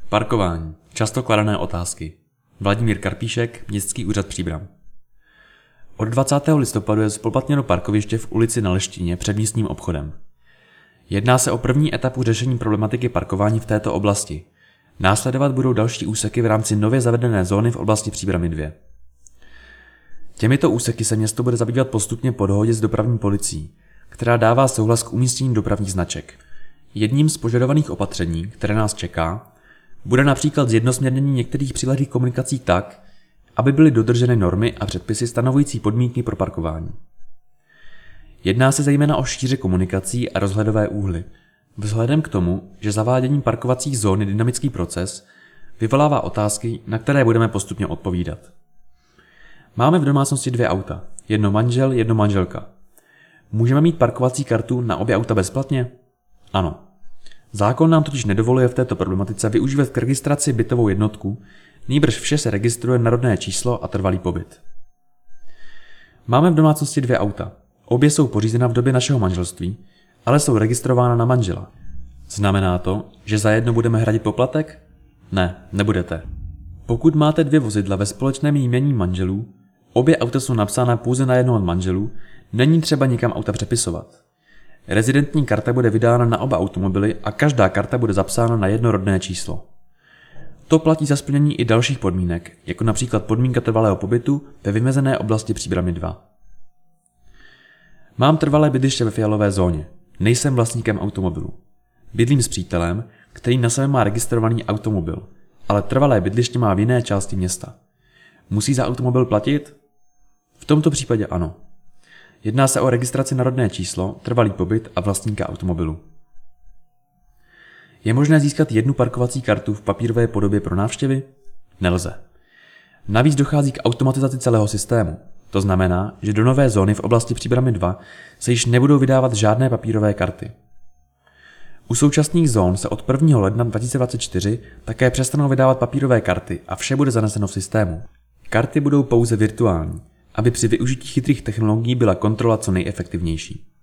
Parkování. Často kladené otázky. Vladimír Karpíšek, Městský úřad Příbram. Od 20. listopadu je zpoplatněno parkoviště v ulici Na Leštině před místním obchodem. Jedná se o první etapu řešení problematiky parkování v této oblasti. Následovat budou další úseky v rámci nově zavedené zóny v oblasti Příbramy 2. Těmito úseky se město bude zabývat postupně po dohodě s dopravní policií, která dává souhlas k umístění dopravních značek. Jedním z požadovaných opatření, které nás čeká, bude například zjednosměrnění některých přilehlých komunikací tak, aby byly dodrženy normy a předpisy stanovující podmínky pro parkování. Jedná se zejména o šíře komunikací a rozhledové úhly. Vzhledem k tomu, že zavádění parkovacích zón je dynamický proces, vyvolává otázky, na které budeme postupně odpovídat. Máme v domácnosti 2 auta, jedno manžel, jedno manželka. Můžeme mít parkovací kartu na obě auta bezplatně? Ano. Zákon nám totiž nedovoluje v této problematice využívat k registraci bytovou jednotku, nýbrž vše se registruje na rodné číslo a trvalý pobyt. Máme v domácnosti 2 auta. Obě jsou pořízena v době našeho manželství, ale jsou registrována na manžela. Znamená to, že za jedno budeme hradit poplatek? Ne, nebudete. Pokud máte 2 vozidla ve společném jmění manželů, obě auta jsou napsána pouze na jednoho z manželů, není třeba nikam auta přepisovat. Rezidentní karta bude vydána na oba automobily a každá karta bude zapsána na jedno rodné číslo. To platí za splnění i dalších podmínek, jako například podmínka trvalého pobytu ve vymezené oblasti Příbramy 2. Mám trvalé bydliště ve Fialové zóně. Nejsem vlastníkem automobilu. Bydlím s přítelem, který na sebe má registrovaný automobil, ale trvalé bydliště má v jiné části města. Musí za automobil platit? V tomto případě ano. Jedná se o registraci na rodné číslo, trvalý pobyt a vlastníka automobilu. Je možné získat jednu parkovací kartu v papírové podobě pro návštěvy? Nelze. Navíc dochází k automatizaci celého systému. To znamená, že do nové zóny v oblasti Příbramy 2 se již nebudou vydávat žádné papírové karty. U současných zón se od 1. ledna 2024 také přestanou vydávat papírové karty a vše bude zaneseno v systému. Karty budou pouze virtuální, aby při využití chytrých technologií byla kontrola co nejefektivnější.